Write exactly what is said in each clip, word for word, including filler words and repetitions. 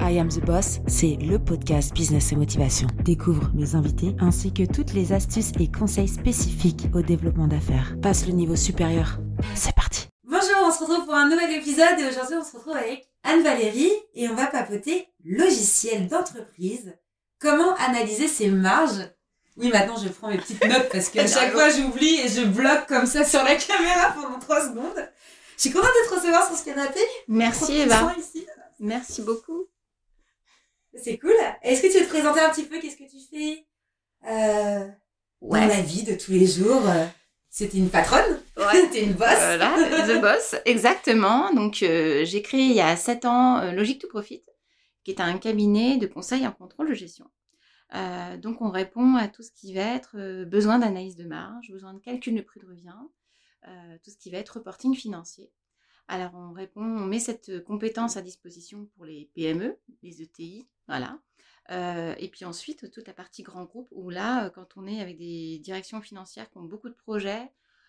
I Am The Boss, c'est le podcast Business et Motivation. Découvre mes invités ainsi que toutes les astuces et conseils spécifiques au développement d'affaires. Passe le niveau supérieur. C'est parti. Bonjour, on se retrouve pour un nouvel épisode et aujourd'hui on se retrouve avec Anne-Valérie et on va papoter logiciel d'entreprise. Comment analyser ses marges? Oui, maintenant je prends mes petites notes parce qu'à chaque fois j'oublie et je bloque comme ça sur la caméra pendant trois secondes. Je suis contente de te recevoir sur ce canapé. Merci Eva. Ici. Merci beaucoup. C'est cool. Est-ce que tu veux te présenter un petit peu? Qu'est-ce que tu fais euh, ouais. dans la vie de tous les jours? C'était une patronne? Ouais. T'es une boss? Voilà, the boss, exactement. Donc euh, j'ai créé il y a sept ans euh, Logic to Profit, qui est un cabinet de conseil en contrôle de gestion. Euh, donc on répond à tout ce qui va être euh, besoin d'analyse de marge, besoin de calcul de prix de revient, euh, tout ce qui va être reporting financier. Alors on répond, on met cette compétence à disposition pour les P M E, les E T I, voilà. Euh, et puis ensuite toute la partie grand groupe où là, quand on est avec des directions financières qui ont beaucoup de projets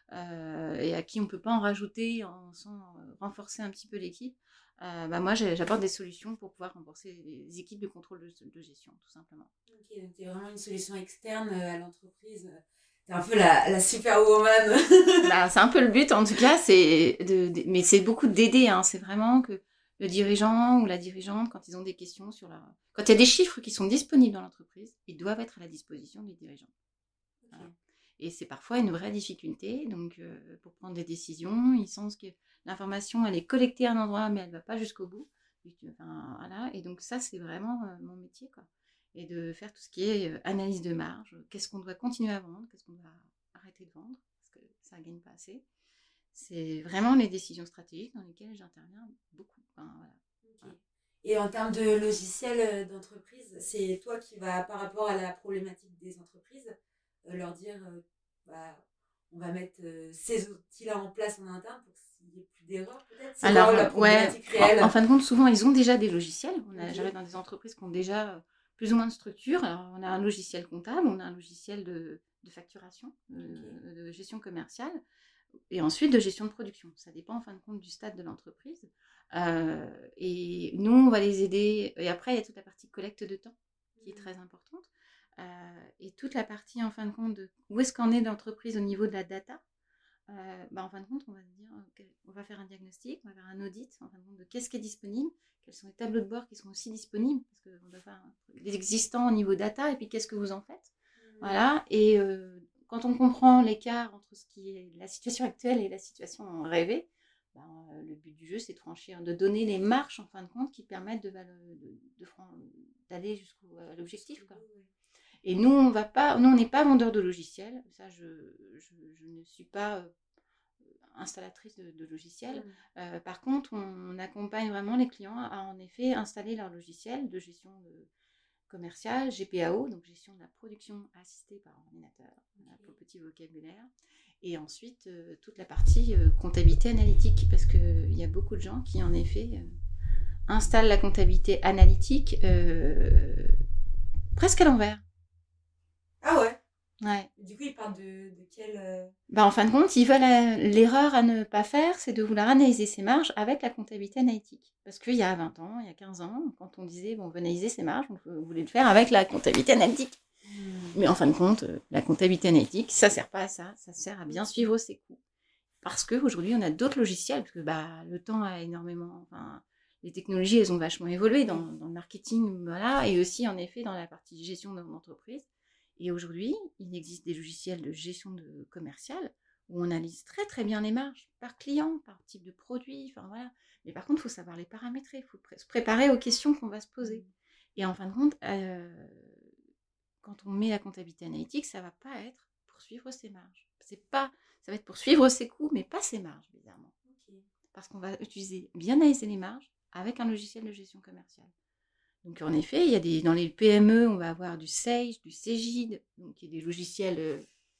euh, et à qui on ne peut pas en rajouter en, sans renforcer un petit peu l'équipe, euh, bah moi j'apporte des solutions pour pouvoir renforcer les équipes de contrôle de, de gestion, tout simplement. Ok, donc tu es vraiment une solution externe à l'entreprise. T'es un peu la, la superwoman. Bah, c'est un peu le but, en tout cas, c'est de, de, mais c'est beaucoup d'aider. Hein. C'est vraiment que le dirigeant ou la dirigeante, quand ils ont des questions sur la... Quand il y a des chiffres qui sont disponibles dans l'entreprise, ils doivent être à la disposition des dirigeants. Okay. Voilà. Et c'est parfois une vraie difficulté. Donc, euh, pour prendre des décisions, ils sentent que l'information, elle est collectée à un endroit, mais elle ne va pas jusqu'au bout. Enfin, voilà. Et donc, ça, c'est vraiment euh, mon métier, quoi. Et de faire tout ce qui est euh, analyse de marge, qu'est-ce qu'on doit continuer à vendre, qu'est-ce qu'on doit arrêter de vendre, parce que ça ne gagne pas assez. C'est vraiment les décisions stratégiques dans lesquelles j'interviens beaucoup. Enfin, voilà. Okay. Voilà. Et en termes de logiciel d'entreprise, c'est toi qui vas, par rapport à la problématique des entreprises, euh, leur dire, euh, bah, on va mettre euh, ces outils-là en place en interne pour qu'il n'y ait plus d'erreurs, peut-être? C'est Alors, la problématique ouais, réelle. En, en fin de compte, souvent, ils ont déjà des logiciels. On a, okay. J'arrive dans des entreprises qui ont déjà... plus ou moins de structure. Alors, on a un logiciel comptable, on a un logiciel de, de facturation, de, okay. de gestion commerciale, et ensuite de gestion de production. Ça dépend en fin de compte du stade de l'entreprise. Euh, et nous, on va les aider. Et après, il y a toute la partie collecte de temps qui est très importante. Euh, et toute la partie, en fin de compte, de où est-ce qu'en est l'entreprise au niveau de la data. Euh, bah, en fin de compte, on va dire, okay, on va faire un diagnostic, on va faire un audit, en fin de compte, de qu'est-ce qui est disponible, quels sont les tableaux de bord qui sont aussi disponibles, parce qu'on doit faire les existants au niveau data, et puis qu'est-ce que vous en faites. Mmh. Voilà, et euh, quand on comprend l'écart entre ce qui est la situation actuelle et la situation rêvée, ben, euh, le but du jeu, c'est de franchir, de donner les marches, en fin de compte, qui permettent de, de, de, de, d'aller jusqu'à l'objectif, quoi. Et nous, on va pas, nous, on n'est pas vendeur de logiciels. Ça, je, je, je ne suis pas euh, installatrice de, de logiciels. Mmh. Euh, par contre, on, on accompagne vraiment les clients à, en effet, installer leur logiciel de gestion de, commerciale, G P A O, donc gestion de la production assistée par ordinateur, voilà, pour le petit vocabulaire. Et ensuite, euh, toute la partie euh, comptabilité analytique, parce qu'il y a beaucoup de gens qui, en effet, euh, installent la comptabilité analytique euh, presque à l'envers. Ah ouais? Ouais. Du coup, ils parlent de, de quelle... Euh... Bah, en fin de compte, ils veulent euh, l'erreur à ne pas faire, c'est de vouloir analyser ses marges avec la comptabilité analytique. Parce qu'il y a vingt ans, il y a quinze ans, quand on disait, bon, on veut analyser ses marges, on voulait le faire avec la comptabilité analytique. Mmh. Mais en fin de compte, euh, la comptabilité analytique, ça ne sert pas à ça, ça sert à bien suivre ses coûts. Parce qu'aujourd'hui, on a d'autres logiciels, parce que bah, le temps a énormément... Enfin, les technologies, elles ont vachement évolué dans, dans le marketing, voilà, et aussi, en effet, dans la partie gestion de l'entreprise. Et aujourd'hui, il existe des logiciels de gestion de commerciale où on analyse très très bien les marges par client, par type de produit, enfin voilà. Mais par contre, il faut savoir les paramétrer, il faut pré- se préparer aux questions qu'on va se poser. Et en fin de compte, euh, quand on met la comptabilité analytique, ça ne va pas être pour suivre ses marges. C'est pas, ça va être pour suivre ses coûts, mais pas ses marges, bizarrement. Okay. Parce qu'on va utiliser, bien analyser les marges avec un logiciel de gestion commerciale. Donc, en effet, il y a des, dans les P M E, on va avoir du Sage, du Cegid, donc il y a des logiciels. Euh,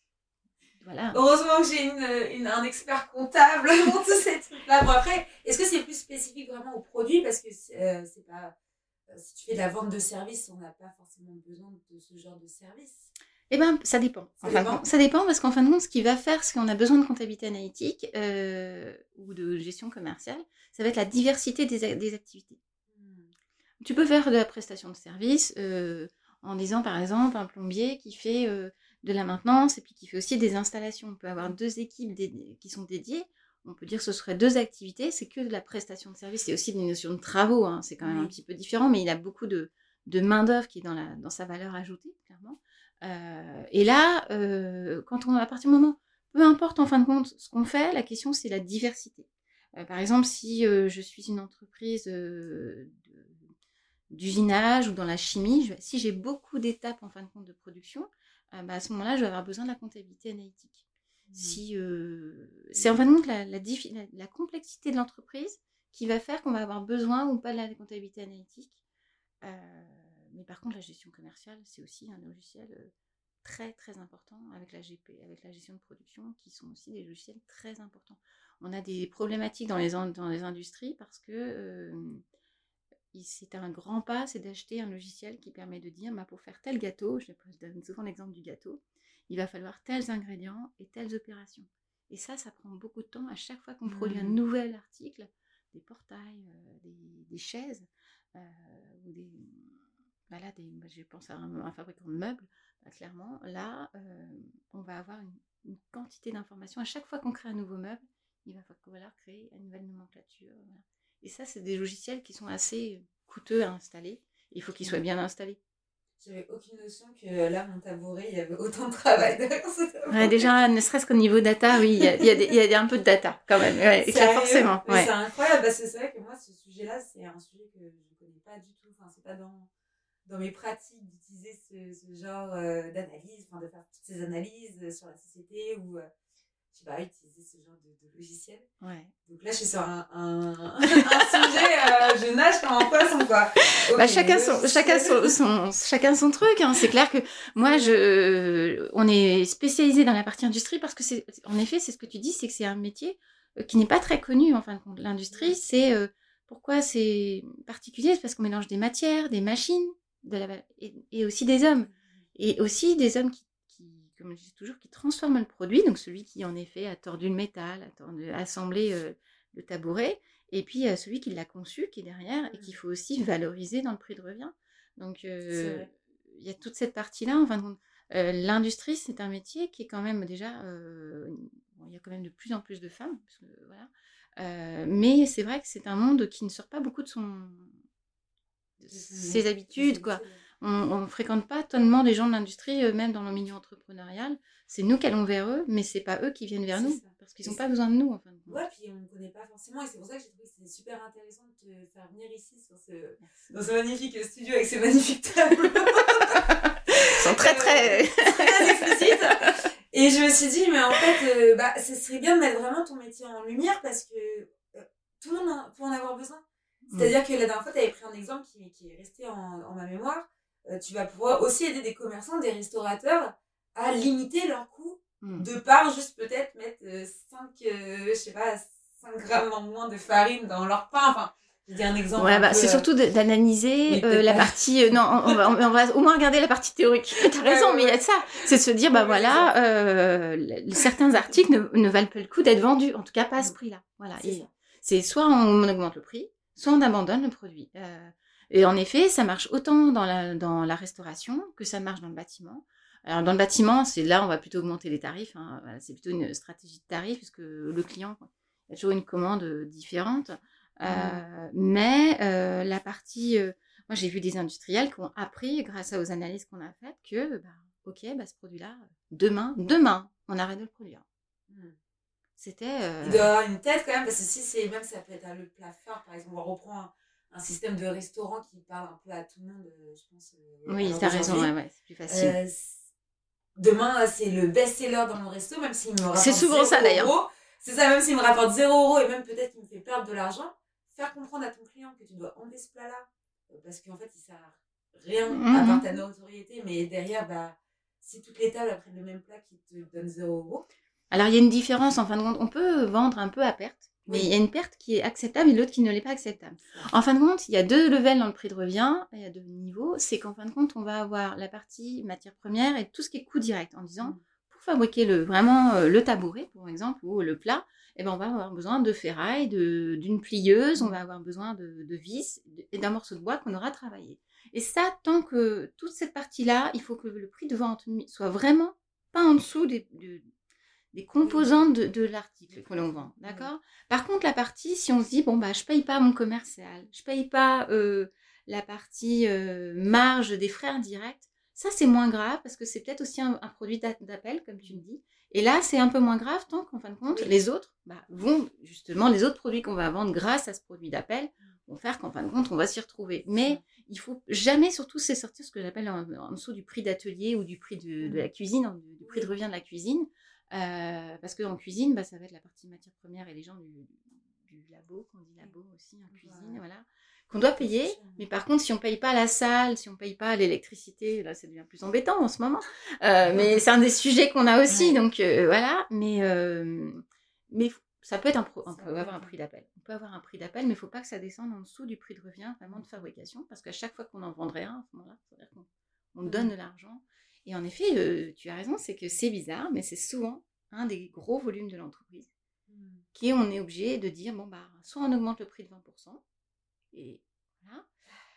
voilà. Heureusement que j'ai une, une, un expert comptable pour tous ces trucs-là. Bon, après, est-ce que c'est plus spécifique vraiment aux produits? Parce que euh, c'est pas. Euh, si tu fais de la vente de services, on n'a pas forcément besoin de ce genre de service. Eh bien, ça dépend. Ça, enfin, dépend. ça dépend parce qu'en fin de compte, ce qui va faire, c'est qu'on a besoin de comptabilité analytique euh, ou de gestion commerciale, ça va être la diversité des, des activités. tu peux faire de la prestation de service euh, en disant, par exemple, un plombier qui fait euh, de la maintenance et puis qui fait aussi des installations. On peut avoir deux équipes dédi- qui sont dédiées. On peut dire que ce serait deux activités. C'est que de la prestation de service. C'est aussi des notions de travaux. Hein. C'est quand même oui. un petit peu différent, mais il a beaucoup de, de main-d'œuvre qui est dans, la, dans sa valeur ajoutée, clairement. Euh, et là, euh, quand on, à partir du moment, peu importe en fin de compte ce qu'on fait, la question c'est la diversité. Euh, par exemple, si euh, je suis une entreprise euh, de, d'usinage ou dans la chimie, je, si j'ai beaucoup d'étapes en fin de compte de production, euh, bah, à ce moment-là, je vais avoir besoin de la comptabilité analytique. Mmh. Si, euh, c'est en fin de compte la, la, la, la complexité de l'entreprise qui va faire qu'on va avoir besoin ou pas de la comptabilité analytique. Euh, mais par contre, la gestion commerciale, c'est aussi un logiciel euh, très très important avec la G P, avec la gestion de production, qui sont aussi des logiciels très importants. On a des problématiques dans les, dans les industries parce que euh, c'est un grand pas, c'est d'acheter un logiciel qui permet de dire, bah, pour faire tel gâteau, je donne souvent l'exemple du gâteau, il va falloir tels ingrédients et telles opérations. Et ça, ça prend beaucoup de temps. À chaque fois qu'on mmh. produit un nouvel article, des portails, euh, des, des chaises, euh, ou des, bah là, des, bah, je pense à un, un fabricant de meubles, bah, clairement, là, euh, on va avoir une, une quantité d'informations. À chaque fois qu'on crée un nouveau meuble, il va falloir créer une nouvelle nomenclature. Voilà. Et ça, c'est des logiciels qui sont assez coûteux à installer. Il faut qu'ils soient bien installés. J'avais aucune notion que là, mon tabouret, il y avait autant de travail derrière ce tabouret. Ouais, déjà, ne serait-ce qu'au niveau data, oui, il y a, il y a, des, il y a un peu de data quand même. Ouais, ça, forcément. Ouais. C'est incroyable parce que c'est vrai que moi, ce sujet-là, c'est un sujet que je ne connais pas du tout. Enfin, c'est pas dans, dans mes pratiques d'utiliser ce, ce genre euh, d'analyse, enfin, de faire toutes ces analyses sur la société ou, euh, je sais pas, utiliser ce genre de, de logiciel. Ouais. Donc là, je suis sur un, un, un sujet, euh, je nage comme un poisson, quoi. Okay, bah, chacun, son, chacun, son, son, chacun son truc. Hein. C'est clair que moi, je, on est spécialisé dans la partie industrie parce que, c'est, en effet, c'est ce que tu dis, c'est que c'est un métier qui n'est pas très connu, en fin de compte. L'industrie, ouais. c'est euh, pourquoi c'est particulier, c'est parce qu'on mélange des matières, des machines, de la, et, et aussi des hommes. Et aussi des hommes qui, qui, comme je dis toujours, qui transforment le produit, donc celui qui, en effet, a tordu le métal, a, tordu, a assemblé euh, le tabouret, et puis euh, celui qui l'a conçu, qui est derrière, mmh. et qu'il faut aussi valoriser dans le prix de revient. Donc, il euh, y a toute cette partie-là. En fin de compte, euh, l'industrie, c'est un métier qui est quand même déjà... Euh, bon, il y a quand même de plus en plus de femmes, parce que, voilà. Euh, mais c'est vrai que c'est un monde qui ne sort pas beaucoup de, son, de ses mmh. habitudes, quoi. On ne fréquente pas tellement des gens de l'industrie, euh, même dans le milieu entrepreneurial. C'est nous qui allons vers eux, mais c'est pas eux qui viennent vers c'est nous, ça. Parce qu'ils n'ont pas besoin de nous, en fin de compte. Ouais, puis on ne connaît pas forcément, et c'est pour ça que j'ai trouvé que c'était super intéressant de te faire venir ici, sur ce, dans ce magnifique studio avec ces magnifiques tableaux. Ils sont très, très... Euh, très explicites. Et je me suis dit, mais en fait, euh, bah, ce serait bien de mettre vraiment ton métier en lumière, parce que euh, tout le monde en, peut en avoir besoin. C'est-à-dire mmh. que la dernière fois, tu avais pris un exemple qui, qui est resté en, en ma mémoire. Euh, tu vas pouvoir aussi aider des commerçants, des restaurateurs à limiter leurs coûts mmh. de par juste peut-être mettre euh, cinq, euh, je sais pas, cinq grammes en moins de farine dans leur pain. Enfin, je dis un exemple. Ouais, un bah, peu, c'est euh... surtout de, d'analyser oui, euh, la pas. partie. Euh, non, on va, on va au moins regarder la partie théorique. T'as raison, ouais, mais il ouais. y a de ça. C'est de se dire, bah ouais, voilà, euh, certains articles ne, ne valent pas le coup d'être vendus, en tout cas pas à ce prix-là. Voilà. C'est, et c'est soit on augmente le prix, soit on abandonne le produit. Euh, Et en effet, ça marche autant dans la, dans la restauration que ça marche dans le bâtiment. Alors, dans le bâtiment, c'est là, on va plutôt augmenter les tarifs. Hein. C'est plutôt une stratégie de tarif, puisque le client, il y a toujours une commande différente. Mmh. Euh, mais euh, la partie... Euh, moi, j'ai vu des industriels qui ont appris, grâce aux analyses qu'on a faites, que, bah, OK, bah, ce produit-là, demain, demain, on arrête de le produire. Mmh. C'était... Euh... Il doit avoir une tête, quand même, parce que si c'est même, ça peut être le plat phare, par exemple, on reprend... Un... un système de restaurant qui parle un peu à tout le monde, je pense. Euh, oui, t'as raison, ouais, ouais, c'est plus facile. Euh, demain, c'est le best-seller dans mon resto, même s'il me rapporte c'est souvent ça, d'ailleurs. Euros. C'est ça, même s'il me rapporte zéro euros et même peut-être qu'il me fait perdre de l'argent, faire comprendre à ton client que tu dois enlever ce plat-là, parce qu'en fait, il sert à rien mm-hmm. à part ta notoriété, mais derrière, bah, si toutes les tables prennent le même plat qui te donne zéro euros. Alors, il y a une différence, en fin de compte, on peut vendre un peu à perte. Mais il y a une perte qui est acceptable et l'autre qui ne l'est pas acceptable. En fin de compte, il y a deux levels dans le prix de revient, il y a deux niveaux. C'est qu'en fin de compte, on va avoir la partie matière première et tout ce qui est coût direct en disant, pour fabriquer le, vraiment euh, le tabouret, par exemple, ou le plat, eh ben, on va avoir besoin de ferraille, de, d'une plieuse, on va avoir besoin de, de vis et d'un morceau de bois qu'on aura travaillé. Et ça, tant que toute cette partie-là, il faut que le prix de vente soit vraiment pas en dessous des, de, des composantes de, de l'article que l'on vend, d'accord ? Par contre, la partie, si on se dit, bon, bah, je paye pas mon commercial, je paye pas euh, la partie euh, marge des frais indirects, ça, c'est moins grave parce que c'est peut-être aussi un, un produit d'appel, comme tu me dis. Et là, c'est un peu moins grave tant qu'en fin de compte, les autres bah, vont, justement, les autres produits qu'on va vendre grâce à ce produit d'appel vont faire qu'en fin de compte, on va s'y retrouver. Mais il faut jamais, surtout, c'est sortir ce que j'appelle en, en dessous du prix d'atelier ou du prix de, de la cuisine, du, du prix de revient de la cuisine. Euh, parce qu'en cuisine, bah, ça va être la partie matière première et les gens du, du labo, qu'on dit labo aussi en cuisine, ouais. Voilà, qu'on doit payer. Mais par contre, si on ne paye pas la salle, si on ne paye pas l'électricité, là, ça devient plus embêtant en ce moment. Euh, mais c'est un des sujets qu'on a aussi, ouais. Donc euh, voilà. Mais, euh, mais ça peut être un, pro, on peut avoir un prix d'appel. On peut avoir un prix d'appel, mais il ne faut pas que ça descende en dessous du prix de revient vraiment de fabrication, parce qu'à chaque fois qu'on en vendrait un, à ce moment-là, il faut dire qu'on on donne de l'argent. Et en effet, euh, tu as raison, c'est que c'est bizarre, mais c'est souvent un des gros volumes de l'entreprise mmh. qui on est obligé de dire, bon, bah, soit on augmente le prix de vingt pour cent, et voilà,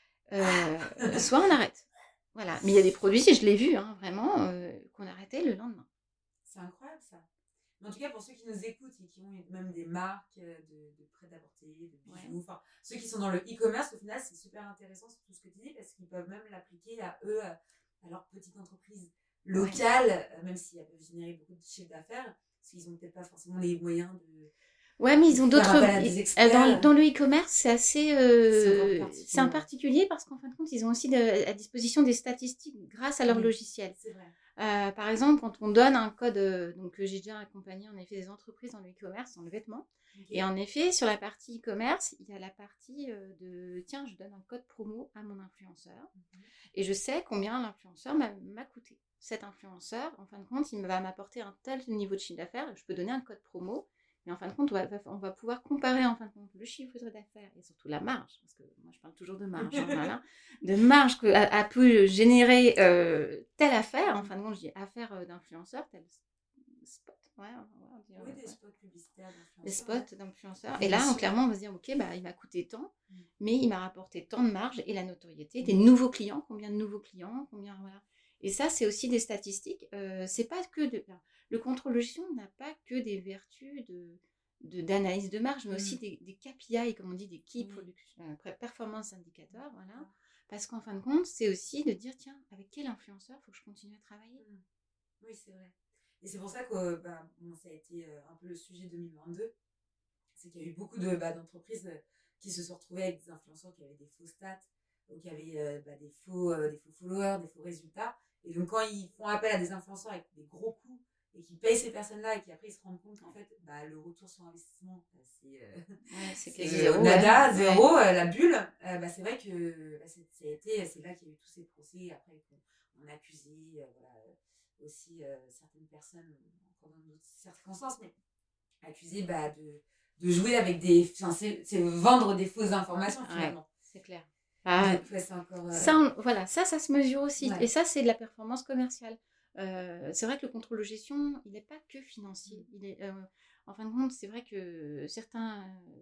euh, soit on arrête. Voilà. Mais il y a des produits, je l'ai vu, hein, vraiment, euh, qu'on arrêtait le lendemain. C'est incroyable, ça. Mais en tout cas, pour ceux qui nous écoutent et qui ont même des marques de, de prêt-à-porter, de bijoux, ouais. Enfin, ceux qui sont dans le e-commerce, au final, c'est super intéressant sur tout ce que tu dis, parce qu'ils peuvent même l'appliquer à eux, à leur petite entreprise locale, ouais. Même s'ils peuvent générer beaucoup de chiffre d'affaires, parce qu'ils n'ont peut-être pas forcément les moyens de... Ouais, mais ils ont d'autres... Dans, dans le e-commerce, c'est assez... Euh, c'est un particulier parce qu'en fin de compte, ils ont aussi de, à disposition des statistiques grâce à leur oui, logiciel. C'est vrai. Euh, par exemple, quand on donne un code... Euh, donc, j'ai déjà accompagné en effet des entreprises dans le e-commerce, dans le vêtement. Okay. Et en effet, sur la partie e-commerce, il y a la partie euh, de... Tiens, je donne un code promo à mon influenceur. Mm-hmm. Et je sais combien l'influenceur m'a, m'a coûté. Cet influenceur, en fin de compte, il va m'apporter un tel niveau de chiffre d'affaires. Je peux donner un code promo. Mais en fin de compte, on va, on va pouvoir comparer en fin de compte le chiffre d'affaires et surtout la marge, parce que moi je parle toujours de marge, hein, voilà, de marge que a, a pu générer euh, telle affaire. En fin de compte, je dis affaire euh, d'influenceur, tel spot, ouais, on va dire, oui, des ouais. spots publicitaires d'influenceurs. Des spots d'influenceurs. Et là, on, clairement, on va se dire, ok, bah, il m'a coûté tant, mm. mais il m'a rapporté tant de marge et la notoriété, mm. des nouveaux clients, combien de nouveaux clients, combien, voilà. Et ça, c'est aussi des statistiques. Euh, c'est pas que de... Le contrôle de gestion n'a pas que des vertus de, de, d'analyse de marge, mais mmh. aussi des, des K P I, comme on dit, des Key mmh. Production, euh, Performance Indicators, voilà. Mmh. Parce qu'en fin de compte, c'est aussi de dire, tiens, avec quel influenceur il faut que je continue à travailler. Mmh. Oui, c'est vrai. Et c'est pour ça que bah, bon, ça a été euh, un peu le sujet deux mille vingt-deux. C'est qu'il y a eu beaucoup de, bah, d'entreprises euh, qui se sont retrouvées avec des influenceurs qui avaient des faux stats, ou qui avaient euh, bah, des, faux, euh, des faux followers, des faux résultats. Et donc, quand ils font appel à des influenceurs avec des gros coûts et qui payent ces personnes-là et qui après ils se rendent compte qu'en fait, bah, le retour sur investissement, bah, c'est, euh, ouais, c'est, c'est zéro, nada, ouais. zéro, euh, la bulle. Euh, bah, c'est vrai que bah, c'est, ça a été, c'est là qu'il y a eu tous ces procès. Après, on, on a accusé euh, voilà, aussi euh, certaines personnes, encore dans d'autres circonstances, mais accusé bah, de, de jouer avec des. Enfin, c'est, c'est vendre des fausses informations finalement. Ouais, c'est clair. Ah, donc, ouais, c'est encore, euh... ça, on, voilà, ça, ça se mesure aussi. Ouais. Et ça, c'est de la performance commerciale. Euh, c'est vrai que le contrôle de gestion, il n'est pas que financier. Il est, euh, en fin de compte, c'est vrai que certains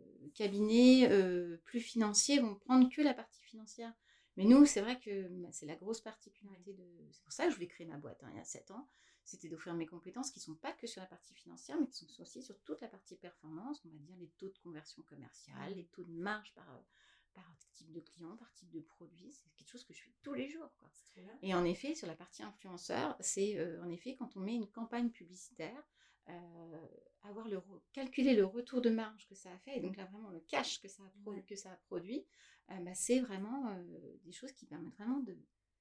cabinets euh, plus financiers vont prendre que la partie financière. Mais nous, c'est vrai que bah, c'est la grosse particularité de... C'est pour ça que je voulais créer ma boîte hein, il y a sept ans. C'était d'offrir mes compétences qui ne sont pas que sur la partie financière, mais qui sont aussi sur toute la partie performance. On va dire les taux de conversion commerciale, les taux de marge par... par type de client, par type de produit, c'est quelque chose que je fais tous les jours, quoi. Et en effet, sur la partie influenceur, c'est euh, en effet quand on met une campagne publicitaire, euh, avoir le re- calculer le retour de marge que ça a fait, et donc là vraiment le cash que ça a, pro- que ça a produit, euh, bah, c'est vraiment euh, des choses qui permettent vraiment de,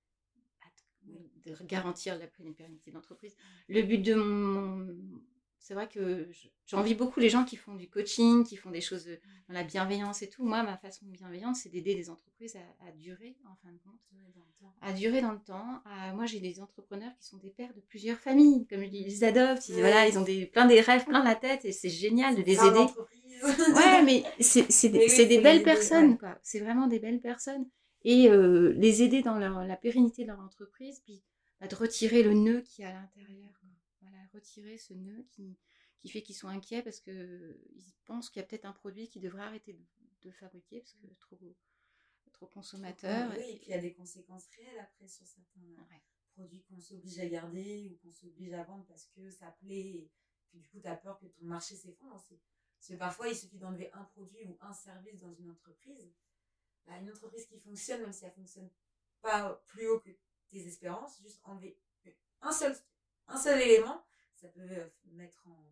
de, de garantir la pérennité de l'entreprise. Le but de mon... mon c'est vrai que j'envie beaucoup les gens qui font du coaching, qui font des choses dans la bienveillance et tout. Moi, ma façon de bienveillance, c'est d'aider des entreprises à, à durer, en fin de compte. À durer dans le temps. À, moi, j'ai des entrepreneurs qui sont des pères de plusieurs familles. Comme je dis, ils les adoptent. Ils, voilà, ils ont des, plein des rêves, plein la tête. Et c'est génial de les aider. Ouais, mais c'est, c'est des, c'est des belles personnes, quoi. C'est vraiment des belles personnes. Et euh, les aider dans leur, la pérennité de leur entreprise, puis bah, de retirer le nœud qu'il y a à l'intérieur, quoi. voilà, retirer ce nœud qui, qui fait qu'ils sont inquiets parce qu'ils pensent qu'il y a peut-être un produit qui devrait arrêter de, de fabriquer parce que trop, trop consommateur. Oui, et puis il y a des conséquences réelles après sur certains ouais. produits qu'on s'oblige à garder ou qu'on s'oblige à vendre parce que ça plaît et puis du coup tu as peur que ton marché s'effondre. C'est... Parce que parfois il suffit d'enlever un produit ou un service dans une entreprise. Bah, une entreprise qui fonctionne, même si elle ne fonctionne pas plus haut que tes espérances, juste enlever un seul, un seul élément, ça peut mettre en,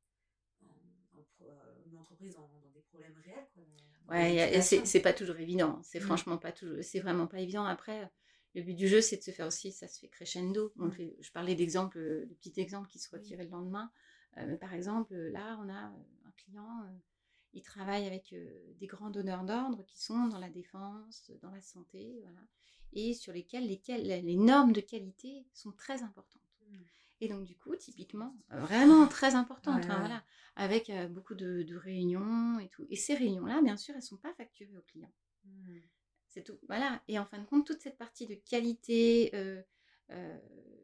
en, en une entreprise dans, dans des problèmes réels. Quoi, ouais, et c'est, c'est pas toujours évident. C'est mmh. franchement pas toujours, c'est vraiment pas évident. Après, le but du jeu, c'est de se faire aussi, ça se fait crescendo. On mmh. fait, je parlais d'exemples, de petits exemples qui se retiraient mmh. le lendemain. Euh, mais par exemple, là, on a un client, euh, il travaille avec euh, des grands donneurs d'ordre qui sont dans la défense, dans la santé, voilà, et sur lesquels, lesquels les normes de qualité sont très importantes. Mmh. Et donc, du coup, typiquement, euh, vraiment très importantes, ouais, hein, ouais. Voilà, avec euh, beaucoup de, de réunions et tout. Et ces réunions-là, bien sûr, elles ne sont pas facturées aux clients. Mmh. C'est tout. Voilà. Et en fin de compte, toute cette partie de qualité, euh, euh,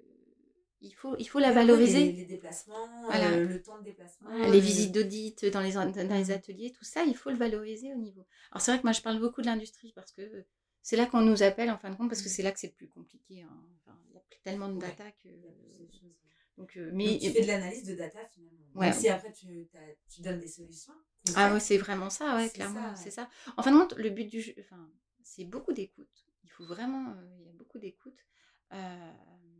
il faut, il faut la valoriser. Les, les déplacements, voilà. euh, le temps de déplacement. Voilà, les visites d'audit dans les, dans les ateliers, tout ça, il faut le valoriser au niveau. Alors, c'est vrai que moi, je parle beaucoup de l'industrie parce que c'est là qu'on nous appelle, en fin de compte, parce que c'est là que c'est le plus compliqué. Hein. Enfin, il y a tellement de data ouais. que... Donc, euh, mais Donc, tu fais de l'analyse de data, finalement. Ouais. Même si après, tu, tu donnes des solutions. Ah oui, c'est vraiment ça, ouais, c'est clairement, ça, ouais. c'est ça. En fin de compte, le but du jeu, enfin, c'est beaucoup d'écoute. Il faut vraiment... Euh, il y a beaucoup d'écoute. Euh,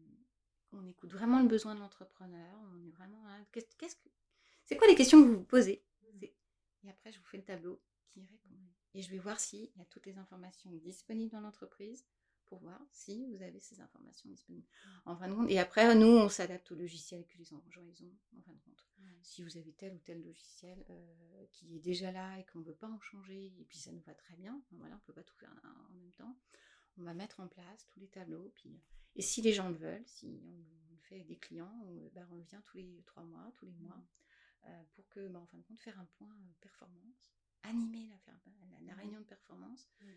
on écoute vraiment le besoin de l'entrepreneur. On est vraiment... Hein, qu'est-ce, qu'est-ce que... C'est quoi les questions que vous vous posez ? C'est... Et après, je vous fais le tableau qui répond. Et je vais voir s'il y a toutes les informations disponibles dans l'entreprise pour voir si vous avez ces informations disponibles. En fin de compte, et après, nous, on s'adapte au logiciel que les gens ils ont, en fin de compte. Ouais. Si vous avez tel ou tel logiciel euh, qui est déjà là et qu'on ne veut pas en changer, et puis ça nous va très bien, voilà, on ne peut pas tout faire en même temps, on va mettre en place tous les tableaux. Puis, et si les gens le veulent, si on le fait avec des clients, on, bah, on vient tous les trois mois, tous les mois, euh, pour que, bah, en fin de compte, faire un point euh, performance, animer la, la, la réunion de performance. Ouais,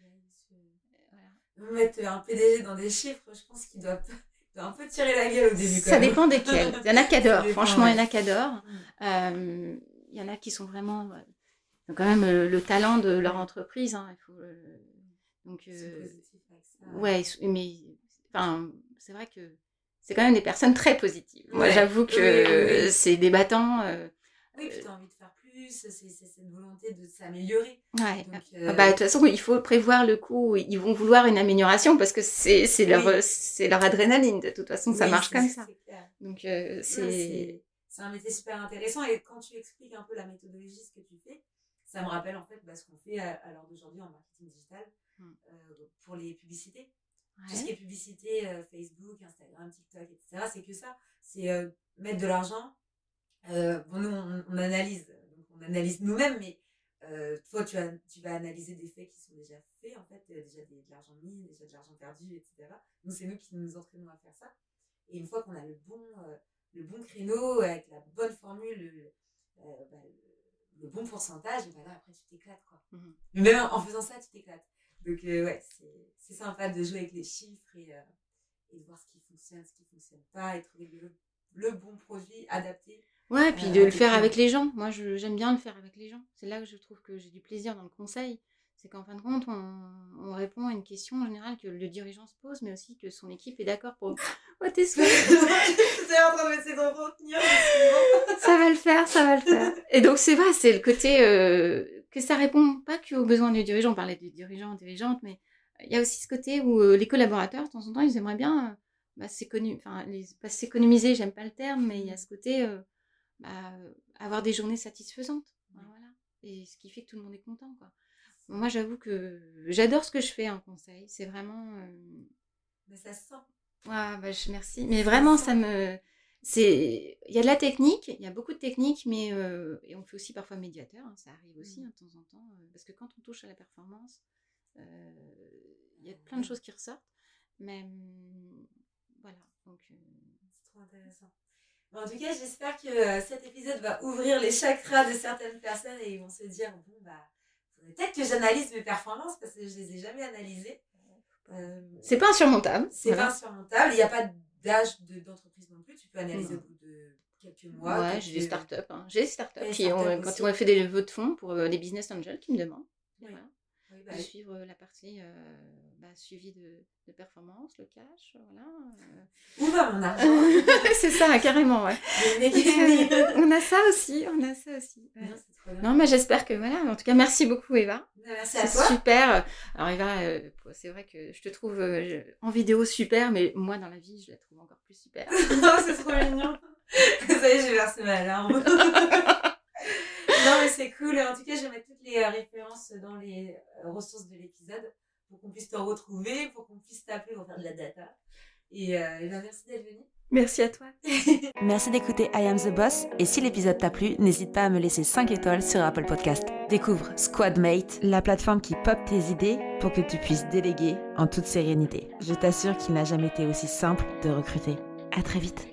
voilà. Mettre un P D G dans des chiffres, je pense qu'il doit, doit un peu tirer la gueule au début. Ça dépend desquels. Il y en a qui adorent. Franchement, il y en a qui adorent. Euh, il y en a qui sont vraiment... Euh, ils ont quand même euh, le talent de leur entreprise. Hein, il faut, euh, donc, euh, ouais, mais enfin, c'est vrai que c'est quand même des personnes très positives. Ouais. Moi, j'avoue que oui, oui, oui. c'est débattant. Euh, oui, puis tu as envie de faire plus, c'est, c'est cette volonté de s'améliorer. Ouais. Donc, euh... bah, de toute façon, il faut prévoir le coup. Ils vont vouloir une amélioration parce que c'est, c'est, leur, oui. c'est leur adrénaline. De toute façon, ça oui, marche comme ça. Donc, euh, c'est... Ouais, c'est... c'est un métier super intéressant. Et quand tu expliques un peu la méthodologie, ce que tu fais, ça me rappelle en fait bah, ce qu'on fait à, à l'heure d'aujourd'hui en marketing digital hum. euh, pour les publicités. Ouais. Tout ce qui est publicité, euh, Facebook, Instagram, TikTok, et cetera, c'est que ça. C'est euh, mettre de l'argent. Euh, bon, nous, on, on analyse, donc on analyse nous-mêmes, mais euh, toi, tu, as, tu vas analyser des faits qui sont déjà faits, en fait, déjà des, de l'argent mis, déjà de l'argent perdu, et cetera. Nous, c'est nous qui nous entraînons à faire ça. Et une fois qu'on a le bon, euh, le bon créneau, avec la bonne formule, le, euh, bah, le, le bon pourcentage, et bah là, après, tu t'éclates, quoi. Mm-hmm. Mais même en, en faisant ça, tu t'éclates. Donc, euh, ouais, c'est, c'est sympa de jouer avec les chiffres et, euh, et de voir ce qui fonctionne, ce qui ne fonctionne pas, et trouver le, le bon produit adapté. Ouais, puis de euh, le faire clients. Avec les gens. Moi, je, j'aime bien le faire avec les gens. C'est là que je trouve que j'ai du plaisir dans le conseil. C'est qu'en fin de compte, on, on répond à une question en général que le dirigeant se pose, mais aussi que son équipe est d'accord pour... Oh, t'es sûr ? J'étais en train de essayer d'en retenir. Ça va le faire, ça va le faire. Et donc, c'est vrai, c'est le côté euh, que ça répond pas qu'aux besoins du dirigeant. On parlait du dirigeant, dirigeante, mais il y a aussi ce côté où euh, les collaborateurs, de temps en temps, ils aimeraient bien... Euh, bah, s'économiser, enfin, les, pas s'économiser, j'aime pas le terme, mais il y a ce côté... Euh, Bah, avoir des journées satisfaisantes, mmh. voilà. Et ce qui fait que tout le monde est content, quoi. Moi, j'avoue que j'adore ce que je fais en conseil, c'est vraiment... Euh... Mais ça se sent. Ouais, bah, je, merci. Mais vraiment, ça, ça me... C'est... Il y a de la technique, il y a beaucoup de technique, mais... Euh... Et on fait aussi parfois médiateur, hein, ça arrive aussi mmh. hein, de temps en temps, euh, parce que quand on touche à la performance, euh... il y a plein de choses qui ressortent, mais... Euh... Voilà, donc... Euh... C'est trop intéressant. En tout cas, j'espère que euh, cet épisode va ouvrir les chakras de certaines personnes et ils vont se dire, bon, bah, faudrait peut-être que j'analyse mes performances parce que je les ai jamais analysées. Euh, c'est pas insurmontable. C'est voilà. pas insurmontable. Il n'y a pas d'âge de, d'entreprise non plus. Tu peux analyser mmh. au bout de quelques mois. Ouais, quelques... j'ai des startups. Hein. J'ai des startups des qui startups ont, aussi. quand ils ont fait des levées de fonds pour euh, les business angels qui me demandent. Oui. Voilà. Oui, bah, de oui. suivre la partie euh, bah, suivi de, de performance, le cash, voilà. Euh... Où va mon argent? C'est ça, carrément, ouais. On a ça aussi, on a ça aussi. Ouais. Non, c'est trop bien. Non, mais j'espère que voilà. En tout cas, merci beaucoup, Eva. Merci à c'est toi. Super. Alors, Eva, euh, c'est vrai que je te trouve euh, en vidéo super, mais moi, dans la vie, je la trouve encore plus super. Oh, c'est trop mignon. Ça y est, j'ai versé ma larme. Non, mais c'est cool. En tout cas, je vais mettre toutes les euh, références dans les euh, ressources de l'épisode pour qu'on puisse te retrouver, pour qu'on puisse t'appeler pour faire de la data. Et, euh, et ben, merci d'être venue. Merci à toi. Merci d'écouter I Am The Boss et si l'épisode t'a plu, n'hésite pas à me laisser cinq étoiles sur Apple Podcast. Découvre Squadmate, la plateforme qui pop tes idées pour que tu puisses déléguer en toute sérénité. Je t'assure qu'il n'a jamais été aussi simple de recruter. À très vite.